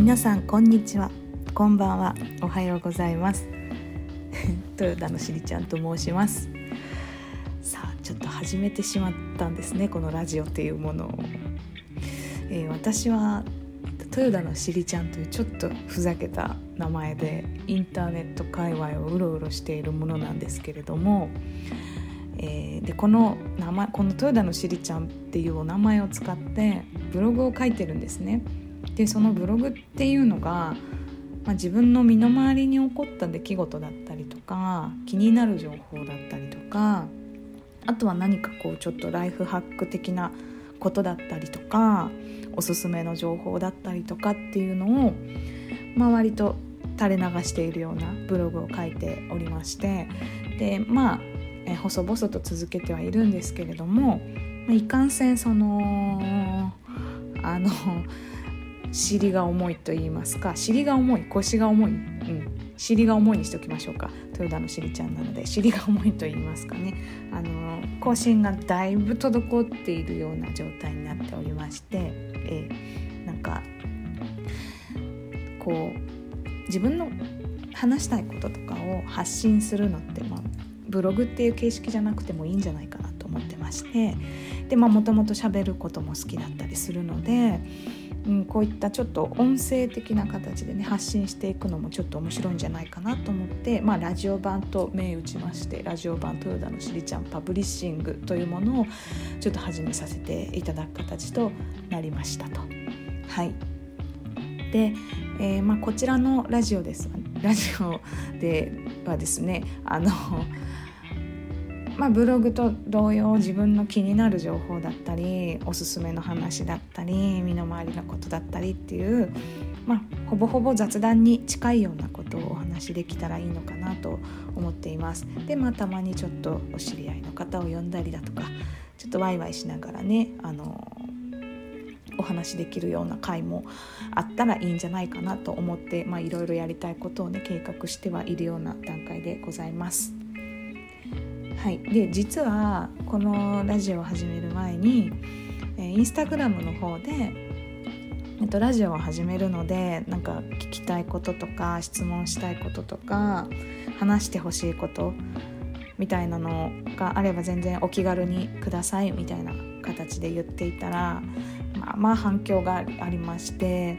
皆さんこんにちは、こんばんは、おはようございます豊田のしりちゃんと申します。さあちょっと始めてしまったんですね、このラジオっていうものを。私は豊田のしりちゃんというちょっとふざけた名前でインターネット界隈をうろうろしているものなんですけれども、でこの豊田のしりちゃんっていうお名前を使ってブログを書いてるんですね。でそのブログっていうのが、自分の身の回りに起こった出来事だったりとか、気になる情報だったりとか、あとは何かちょっとライフハック的なことだったりとか、おすすめの情報だったりとかっていうのを、割と垂れ流しているようなブログを書いておりまして、で細々と続けてはいるんですけれども、いかんせん尻が重いと言いますか、尻が重い、腰が重い、尻が重いにしておきましょうか。豊田のしりちゃんなので尻が重いと言いますかね。更新がだいぶ滞っているような状態になっておりまして、自分の話したいこととかを発信するのって、ブログっていう形式じゃなくてもいいんじゃないかなと思ってまして、でもともと喋ることも好きだったりするので、こういったちょっと音声的な形でね発信していくのもちょっと面白いんじゃないかなと思って、ラジオ版と銘打ちまして、ラジオ版豊田のしりちゃんパブリッシングというものをちょっと始めさせていただく形となりましたと。はい。で、こちらのラジオではですね、ブログと同様、自分の気になる情報だったり、おすすめの話だったり、身の回りのことだったりっていう、ほぼほぼ雑談に近いようなことをお話しできたらいいのかなと思っています。で、たまにちょっとお知り合いの方を呼んだりだとか、ちょっとワイワイしながらね、お話できるような回もあったらいいんじゃないかなと思って、いろいろやりたいことをね計画してはいるような段階でございます。はい。で実はこのラジオを始める前に、インスタグラムの方で、ラジオを始めるので聞きたいこととか質問したいこととか話してほしいことみたいなのがあれば全然お気軽にくださいみたいな形で言っていたら、反響がありまして、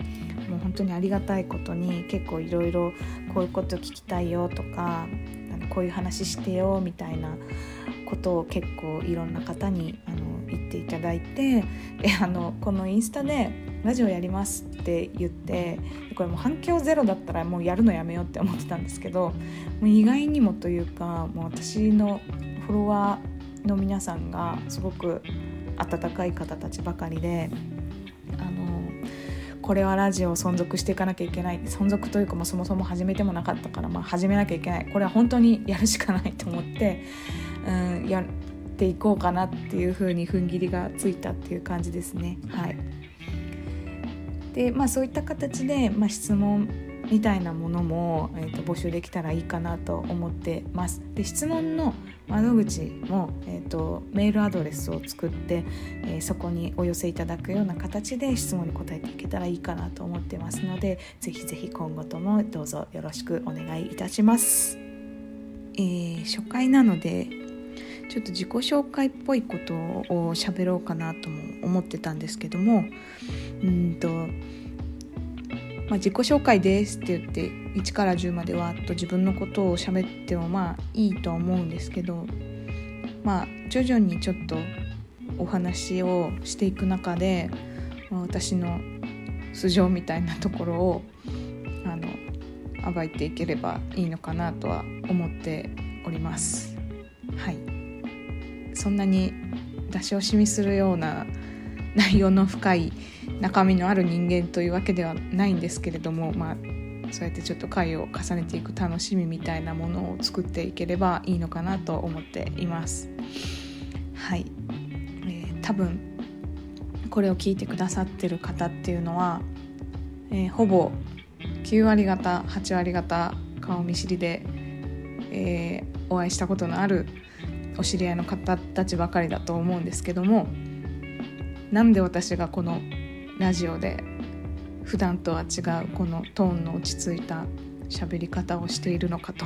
もう本当にありがたいことに結構いろいろこういうこと聞きたいよとか、こういう話してよみたいなことを結構いろんな方に言っていただいて、でこのインスタでラジオやりますって言って、これもう反響ゼロだったらもうやるのやめようって思ってたんですけど、もう意外にもというか、もう私のフォロワーの皆さんがすごく温かい方たちばかりで、これはラジオを存続していかなきゃいけない、存続というかそもそも始めてもなかったから、始めなきゃいけない、これは本当にやるしかないと思って、やっていこうかなっていう風に踏ん切りがついたっていう感じですね。はい。でそういった形で、質問みたいなものも、募集できたらいいかなと思ってます。で質問の窓口も、メールアドレスを作って、そこにお寄せいただくような形で質問に答えていけたらいいかなと思ってますので、ぜひぜひ今後ともどうぞよろしくお願いいたします。初回なのでちょっと自己紹介っぽいことを喋ろうかなとも思ってたんですけども、自己紹介ですって言って1から10までわっと自分のことを喋ってもいいとは思うんですけど、徐々にちょっとお話をしていく中で、私の素性みたいなところを暴いていければいいのかなとは思っております。はい。そんなに出し惜しみするような内容の深い中身のある人間というわけではないんですけれども、そうやってちょっと回を重ねていく楽しみみたいなものを作っていければいいのかなと思っています。はい。多分これを聞いてくださってる方っていうのは、ほぼ9割方8割方顔見知りで、お会いしたことのあるお知り合いの方たちばかりだと思うんですけども、なんで私がこのラジオで普段とは違うこのトーンの落ち着いた喋り方をしているのかと、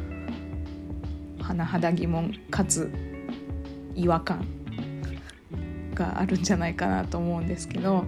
甚だ疑問かつ違和感があるんじゃないかなと思うんですけど、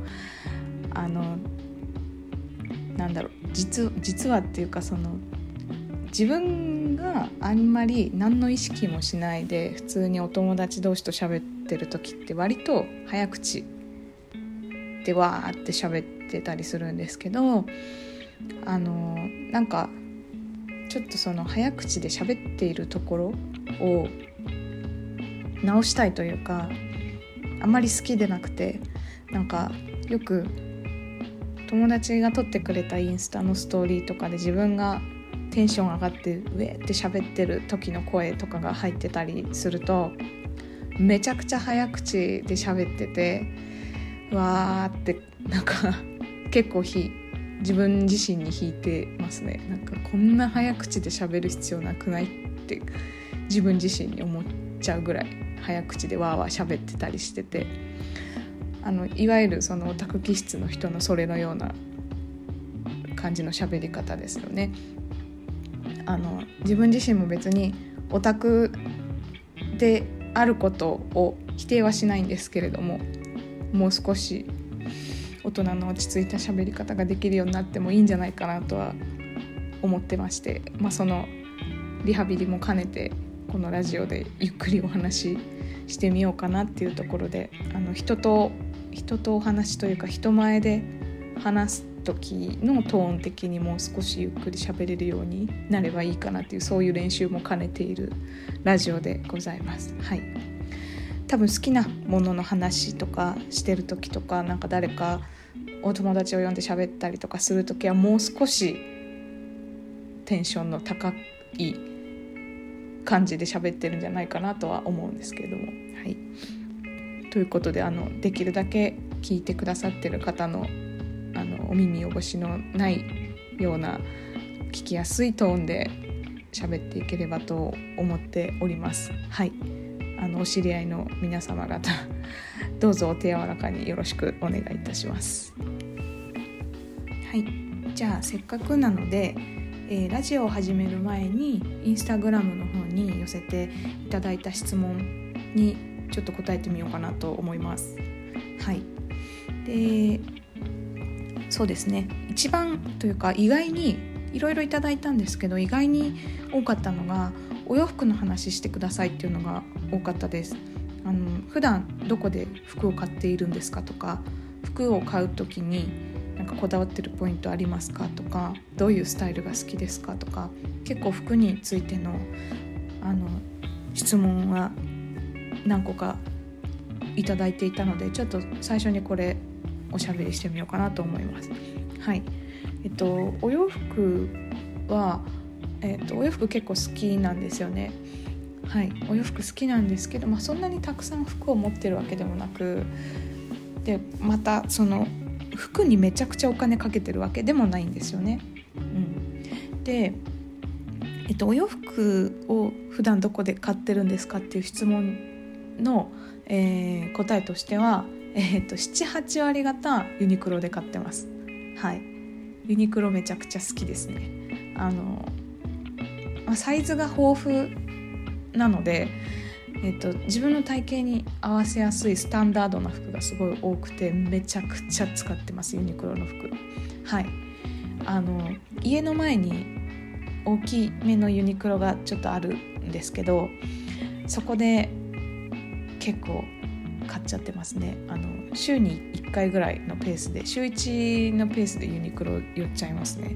なんだろう、実はっていうか、その自分があんまり何の意識もしないで普通にお友達同士と喋ってる時って割と早口でわーって喋ってたりするんですけど、なんかちょっとその早口で喋っているところを直したいというか、あんまり好きでなくて、なんかよく友達が撮ってくれたインスタのストーリーとかで自分がテンション上がってウェーって喋ってる時の声とかが入ってたりすると、めちゃくちゃ早口で喋ってて、わーってなんか結構自分自身に引いてますね。なんかこんな早口で喋る必要なくないって自分自身に思っちゃうぐらい早口でわーわー喋ってたりしてて、いわゆるそのオタク気質の人のそれのような感じの喋り方ですよね。自分自身も別にオタクであることを否定はしないんですけれども、もう少し大人の落ち着いた喋り方ができるようになってもいいんじゃないかなとは思ってまして、そのリハビリも兼ねてこのラジオでゆっくりお話ししてみようかなっていうところで、人とお話というか人前で話す時のトーン的にもう少しゆっくり喋れるようになればいいかなっていう、そういう練習も兼ねているラジオでございます。はい。多分好きなものの話とかしてる時とか、なんか誰かお友達を呼んで喋ったりとかする時はもう少しテンションの高い感じで喋ってるんじゃないかなとは思うんですけれども、はい。ということでできるだけ聞いてくださってる方のお耳汚しのないような聞きやすいトーンで喋っていければと思っております。はい。お知り合いの皆様方どうぞお手柔らかによろしくお願いいたします。はい。じゃあせっかくなので、ラジオを始める前にインスタグラムの方に寄せていただいた質問にちょっと答えてみようかなと思います。はい。で、そうですね、一番というか意外にいろいろいただいたんですけど、意外に多かったのがお洋服の話してくださいっていうのが多かったです。普段どこで服を買っているんですかとか、服を買うときになんかこだわってるポイントありますかとか、どういうスタイルが好きですかとか、結構服についての質問は何個かいただいていたので、ちょっと最初にこれおしゃべりしてみようかなと思います。はい。お洋服は、お洋服結構好きなんですよね。はい。お洋服好きなんですけど、そんなにたくさん服を持ってるわけでもなく、でまたその服にめちゃくちゃお金かけてるわけでもないんですよね。で、お洋服を普段どこで買ってるんですかっていう質問の、答えとしては、7,8 割方ユニクロで買ってます。はい。ユニクロめちゃくちゃ好きですね。サイズが豊富なので、自分の体型に合わせやすいスタンダードな服がすごい多くて、めちゃくちゃ使ってます、ユニクロの服。はい。家の前に大きめのユニクロがちょっとあるんですけど、そこで結構買っちゃってますね。週に1回ぐらいのペースで、週1のペースでユニクロ寄っちゃいますね。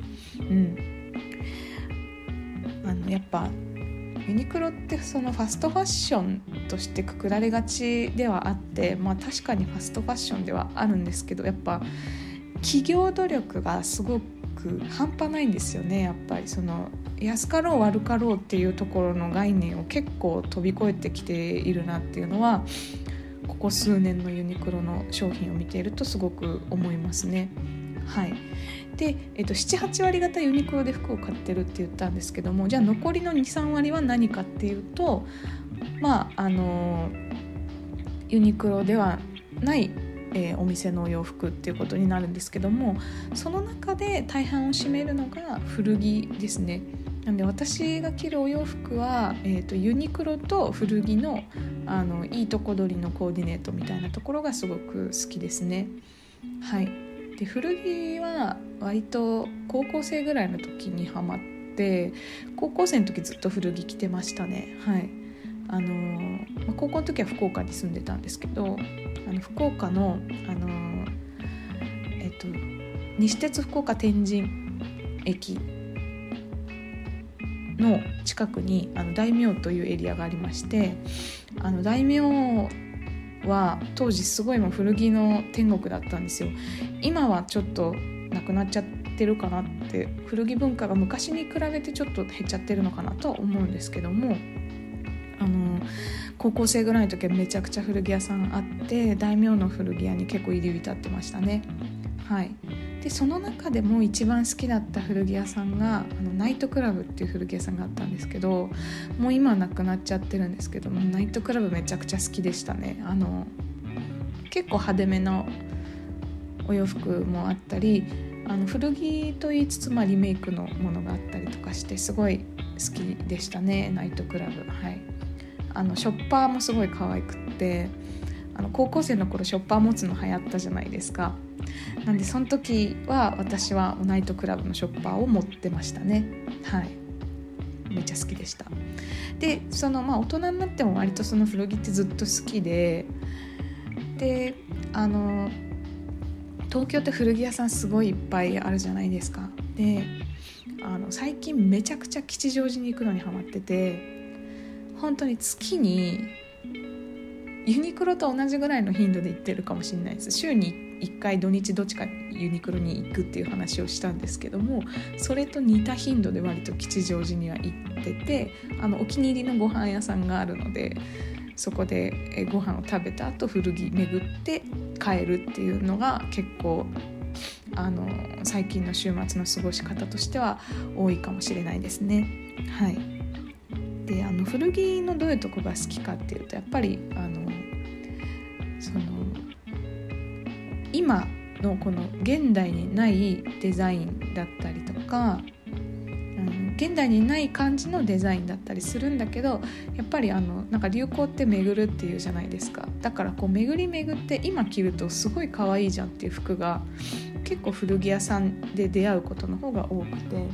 やっぱユニクロってそのファストファッションとしてくくられがちではあって、確かにファストファッションではあるんですけど、やっぱ企業努力がすごく半端ないんですよね。やっぱりその安かろう悪かろうっていうところの概念を結構飛び越えてきているなっていうのは、ここ数年のユニクロの商品を見ているとすごく思いますね。はい。で、7,8 割方ユニクロで服を買ってるって言ったんですけども、じゃあ残りの 2,3 割は何かっていうと、ユニクロではないお店のお洋服っていうことになるんですけども、その中で大半を占めるのが古着ですね。なんで私が着るお洋服は、ユニクロと古着の、いいとこ取りのコーディネートみたいなところがすごく好きですね。はい。で古着は割と高校生ぐらいの時にハマって、高校生の時ずっと古着着てましたね。はい。高校の時は福岡に住んでたんですけど、福岡の、西鉄福岡天神駅の近くに大名というエリアがありまして、大名は当時すごいもう古着の天国だったんですよ。今はちょっとなくなっちゃってるかなって、古着文化が昔に比べてちょっと減っちゃってるのかなとは思うんですけども、高校生ぐらいの時はめちゃくちゃ古着屋さんあって、大名の古着屋に結構入り浸ってましたね。はい。でその中でも一番好きだった古着屋さんがナイトクラブっていう古着屋さんがあったんですけど、もう今はなくなっちゃってるんですけども、ナイトクラブめちゃくちゃ好きでしたね。結構派手めのお洋服もあったり、古着と言いつつ、リメイクのものがあったりとかして、すごい好きでしたね、ナイトクラブ。はい。ショッパーもすごい可愛くって、高校生の頃ショッパー持つの流行ったじゃないですか。なんでその時は私はナイトクラブのショッパーを持ってましたね。はい。めっちゃ好きでした。で大人になっても割とその古着ってずっと好きで、東京って古着屋さんすごいいっぱいあるじゃないですか。で最近めちゃくちゃ吉祥寺に行くのにハマってて、本当に月にユニクロと同じぐらいの頻度で行ってるかもしれないです。週に1回土日どっちかユニクロに行くっていう話をしたんですけども、それと似た頻度で割と吉祥寺には行ってて、お気に入りのご飯屋さんがあるので、そこでご飯を食べた後古着巡って帰るっていうのが結構最近の週末の過ごし方としては多いかもしれないですね。はい。で古着のどういうとこが好きかっていうと、やっぱり今のこの現代にないデザインだったりとか、現代にない感じのデザインだったりするんだけど、やっぱりなんか流行って巡るっていうじゃないですか。だからこう巡り巡って今着るとすごい可愛いじゃんっていう服が結構古着屋さんで出会うことの方が多くて、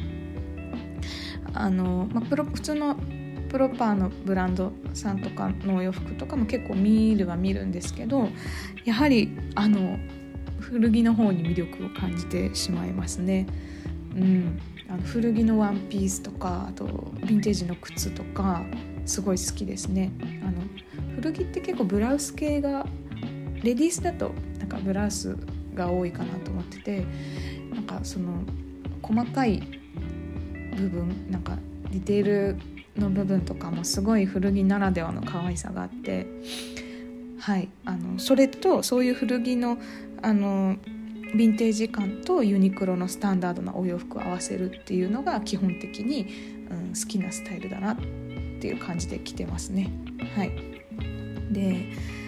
普通のプロパーのブランドさんとかのお洋服とかも結構見るんですけど、やはり古着の方に魅力を感じてしまいますね。古着のワンピースとか、あとヴィンテージの靴とかすごい好きですね。古着って結構ブラウス系が、レディースだとなんかブラウスが多いかなと思ってて、なんかその細かい部分、なんかディテールの部分とかもすごい古着ならではの可愛さがあって、はい、それとそういう古着のヴィンテージ感とユニクロのスタンダードなお洋服を合わせるっていうのが基本的に、好きなスタイルだなっていう感じで着てますね。はい。で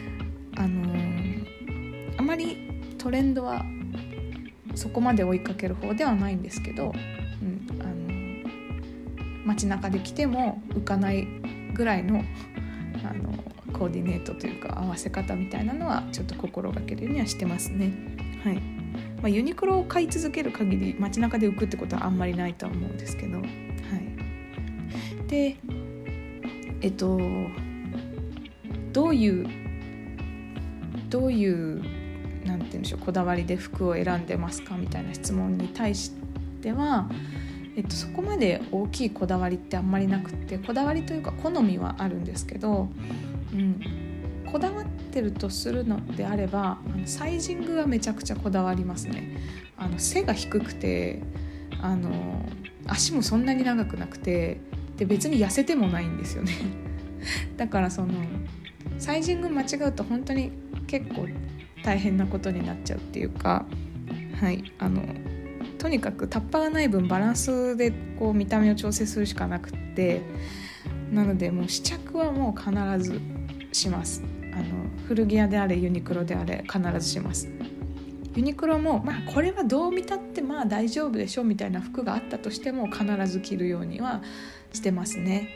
あまりトレンドはそこまで追いかける方ではないんですけど、街中で着ても浮かないぐらいのコーディネートというか合わせ方みたいなのはちょっと心がけるようにはしてますね。はい。ユニクロを買い続ける限り街中で浮くってことはあんまりないとは思うんですけど、はい。でどういうなんて言うんでしょう、こだわりで服を選んでますかみたいな質問に対しては、そこまで大きいこだわりってあんまりなくて、こだわりというか好みはあるんですけど、こだわってるとするのであればサイジングはめちゃくちゃこだわりますね。背が低くて足もそんなに長くなくて、で別に痩せてもないんですよねだからそのサイジング間違うと本当に結構大変なことになっちゃうっていうか、はい、とにかくタッパがない分バランスでこう見た目を調整するしかなくって、なのでもう試着はもう必ずします。 古着屋であれユニクロであれ必ずします。ユニクロもこれはどう見たって大丈夫でしょみたいな服があったとしても必ず着るようにはしてますね。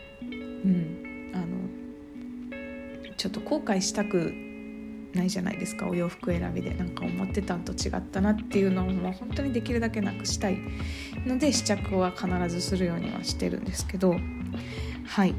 ちょっと後悔したくないじゃないですか。お洋服選びでなんか思ってたんと違ったなっていうのをもう本当にできるだけなくしたいので、試着は必ずするようにはしてるんですけど、はい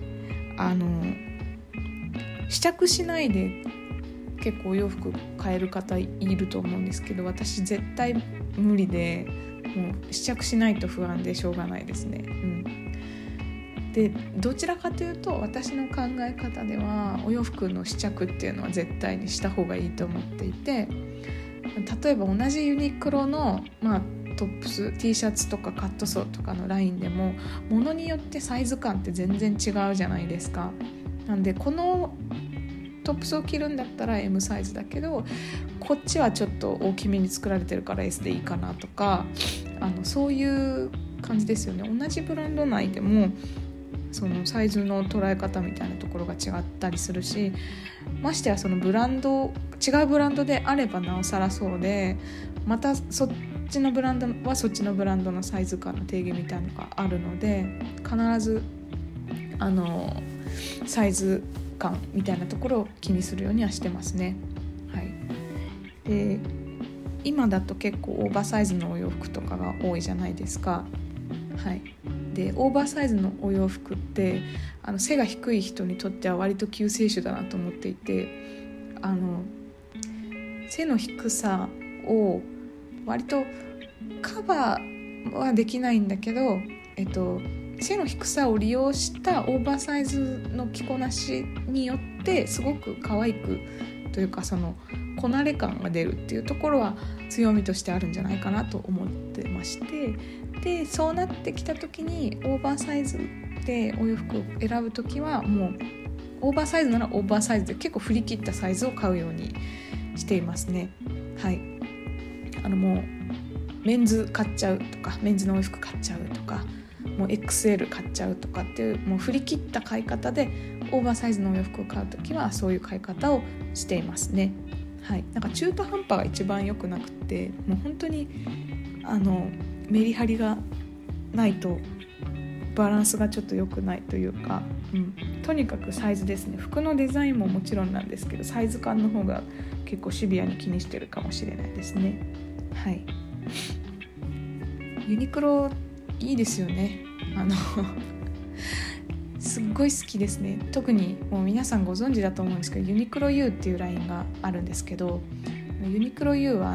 試着しないで結構お洋服買える方いると思うんですけど、私絶対無理で、もう試着しないと不安でしょうがないですね。でどちらかというと私の考え方ではお洋服の試着っていうのは絶対にした方がいいと思っていて、例えば同じユニクロの、トップス T シャツとかカットソーとかのラインでも物によってサイズ感って全然違うじゃないですか。なんでこのトップスを着るんだったら M サイズだけど、こっちはちょっと大きめに作られてるから S でいいかなとか、そういう感じですよね。同じブランド内でもそのサイズの捉え方みたいなところが違ったりするし、ましてやその違うブランドであればなおさらそうで、またそっちのブランドはそっちのブランドのサイズ感の定義みたいなのがあるので、必ずサイズ感みたいなところを気にするようにはしてますね。で今だと結構オーバーサイズのお洋服とかが多いじゃないですか。でオーバーサイズのお洋服って背が低い人にとっては割と救世主だなと思っていて、背の低さを割とカバーはできないんだけど、背の低さを利用したオーバーサイズの着こなしによってすごく可愛くというか、そのこなれ感が出るっていうところは強みとしてあるんじゃないかなと思ってまして、でそうなってきた時にオーバーサイズでお洋服を選ぶ時はもうオーバーサイズならオーバーサイズで結構振り切ったサイズを買うようにしていますね。もうメンズ買っちゃうとか、メンズのお洋服買っちゃうとか、もう XL 買っちゃうとかっていう、もう振り切った買い方でオーバーサイズのお洋服を買うときはそういう買い方をしていますね。なんか中途半端が一番良くなくて、もう本当にメリハリがないとバランスがちょっと良くないというか、とにかくサイズですね。服のデザインももちろんなんですけど、サイズ感の方が結構シビアに気にしてるかもしれないですね。ユニクロいいですよね。すっごい好きですね。特にもう皆さんご存知だと思うんですけど、ユニクロ U っていうラインがあるんですけど、ユニクロ U は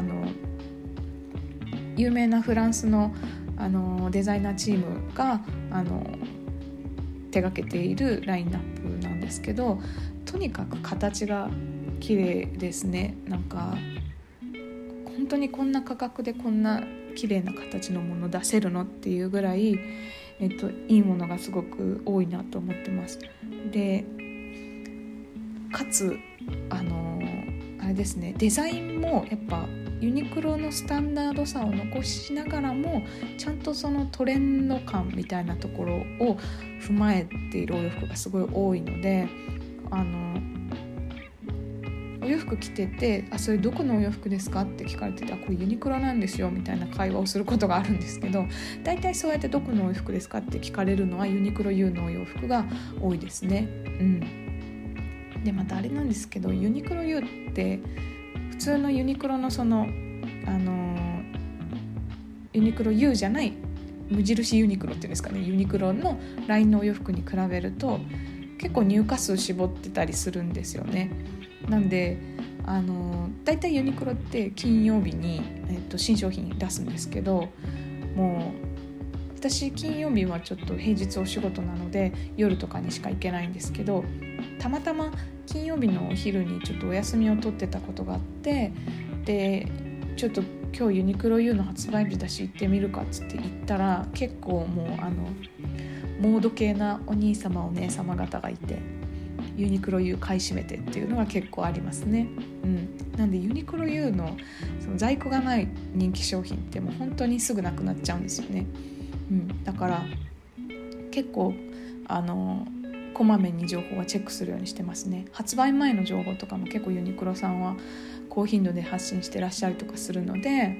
有名なフランスのデザイナーチームが手掛けているラインナップなんですけど、とにかく形が綺麗ですね。なんか本当にこんな価格でこんな綺麗な形のもの出せるのっていうぐらい、いいものがすごく多いなと思ってます。でかつあれですね、デザインもやっぱユニクロのスタンダードさを残しながらもちゃんとそのトレンド感みたいなところを踏まえているお洋服がすごい多いので、お洋服着ててそれどこのお洋服ですかって聞かれてて、これユニクロなんですよみたいな会話をすることがあるんですけど、だいたいそうやってどこのお洋服ですかって聞かれるのはユニクロ U のお洋服が多いですね。でまたあれなんですけど、ユニクロ U って普通のユニクロのユニクロ U じゃない無印ユニクロっていうんですかね、ユニクロのラインのお洋服に比べると結構入荷数絞ってたりするんですよね。なんでだいたいユニクロって金曜日に、新商品出すんですけど、もう私金曜日はちょっと平日お仕事なので夜とかにしか行けないんですけど、たまたま金曜日のお昼にちょっとお休みを取ってたことがあって、でちょっと今日ユニクロ U の発売日だし行ってみるかっつって行ったら、結構もうモード系なお兄様お姉様方がいて、ユニクロ U 買い占めてっていうのが結構ありますね。なんでユニクロ U のその在庫がない人気商品ってもう本当にすぐなくなっちゃうんですよね。だから結構こまめに情報はチェックするようにしてますね。発売前の情報とかも結構ユニクロさんは高頻度で発信してらっしゃるとかするので、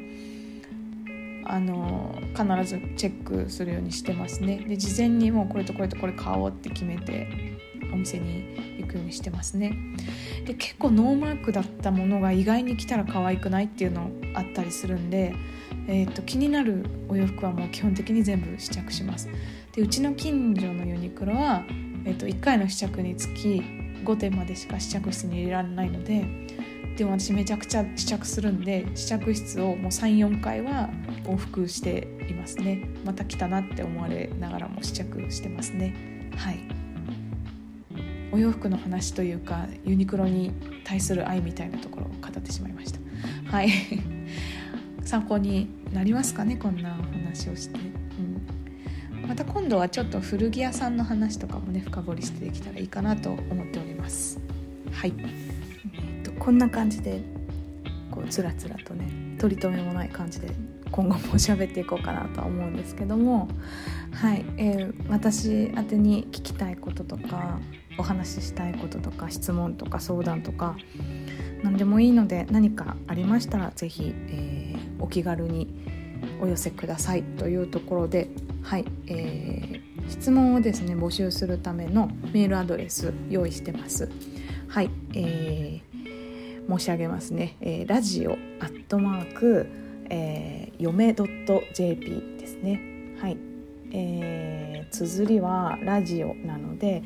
必ずチェックするようにしてますね。で事前にもうこれとこれとこれ買おうって決めてお店に行くようにしてますね。で結構ノーマークだったものが意外に着たら可愛くないっていうのあったりするんで、気になるお洋服はもう基本的に全部試着します。でうちの近所のユニクロは、1回の試着につき5点までしか試着室に入れられないので、でも私めちゃくちゃ試着するんで、試着室をもう 3,4 回は往復していますね。また来たなって思われながらも試着してますね。はい、お洋服の話というかユニクロに対する愛みたいなところを語ってしまいました。はい参考になりますかね、こんなお話をして、また今度はちょっと古着屋さんの話とかもね深掘りしてできたらいいかなと思っております。はい、こんな感じでこうつらつらとね取り留めもない感じで今後も喋っていこうかなとは思うんですけども、はい、私宛てに聞きたいこととかお話ししたいこととか質問とか相談とか何でもいいので、何かありましたらぜひ、お気軽にお寄せくださいというところで、はい、質問をですね募集するためのメールアドレス用意してます。はい、申し上げますね、ラジオ@よめ .jp ですね。はい、綴りはラジオなので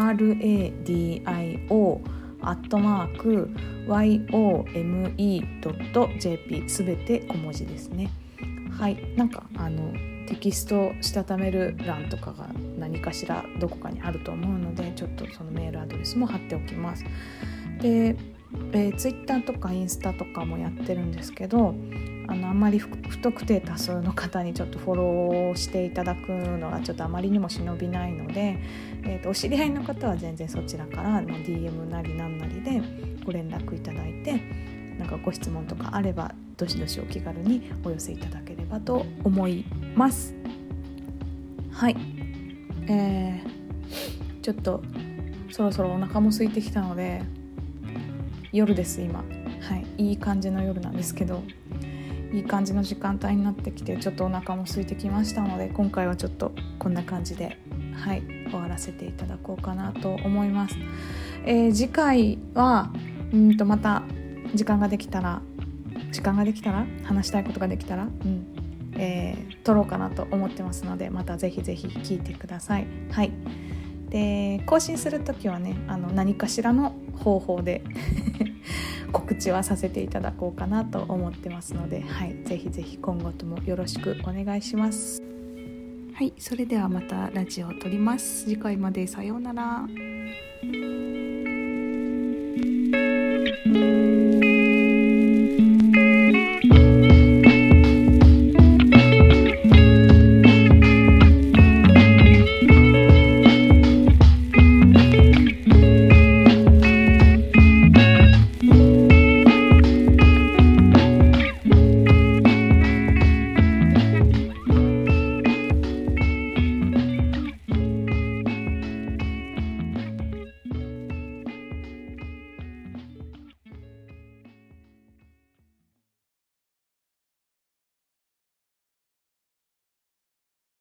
radio@yome.jp すべて小文字ですね。はい、なんかテキストしたためる欄とかが何かしらどこかにあると思うので、ちょっとそのメールアドレスも貼っておきます。で、ツイッターとかインスタとかもやってるんですけど、あんまり不特定多数の方にちょっとフォローしていただくのがちょっとあまりにも忍びないので、お知り合いの方は全然そちらからの DM なりなんなりでご連絡いただいて、なんかご質問とかあればどしどしお気軽にお寄せいただければと思います。はい、ちょっとそろそろお腹も空いてきたので夜です今。はい、いい感じの夜なんですけど、いい感じの時間帯になってきてちょっとお腹も空いてきましたので、今回はちょっとこんな感じで、はい、終わらせていただこうかなと思います。次回はまた時間ができたら話したいことができたら、撮ろうかなと思ってますので、またぜひぜひ聞いてください。はい、で更新するときはね何かしらの方法で告知はさせていただこうかなと思ってますので、はい、ぜひぜひ今後ともよろしくお願いします。はい、それではまたラジオを撮ります。次回までさようなら。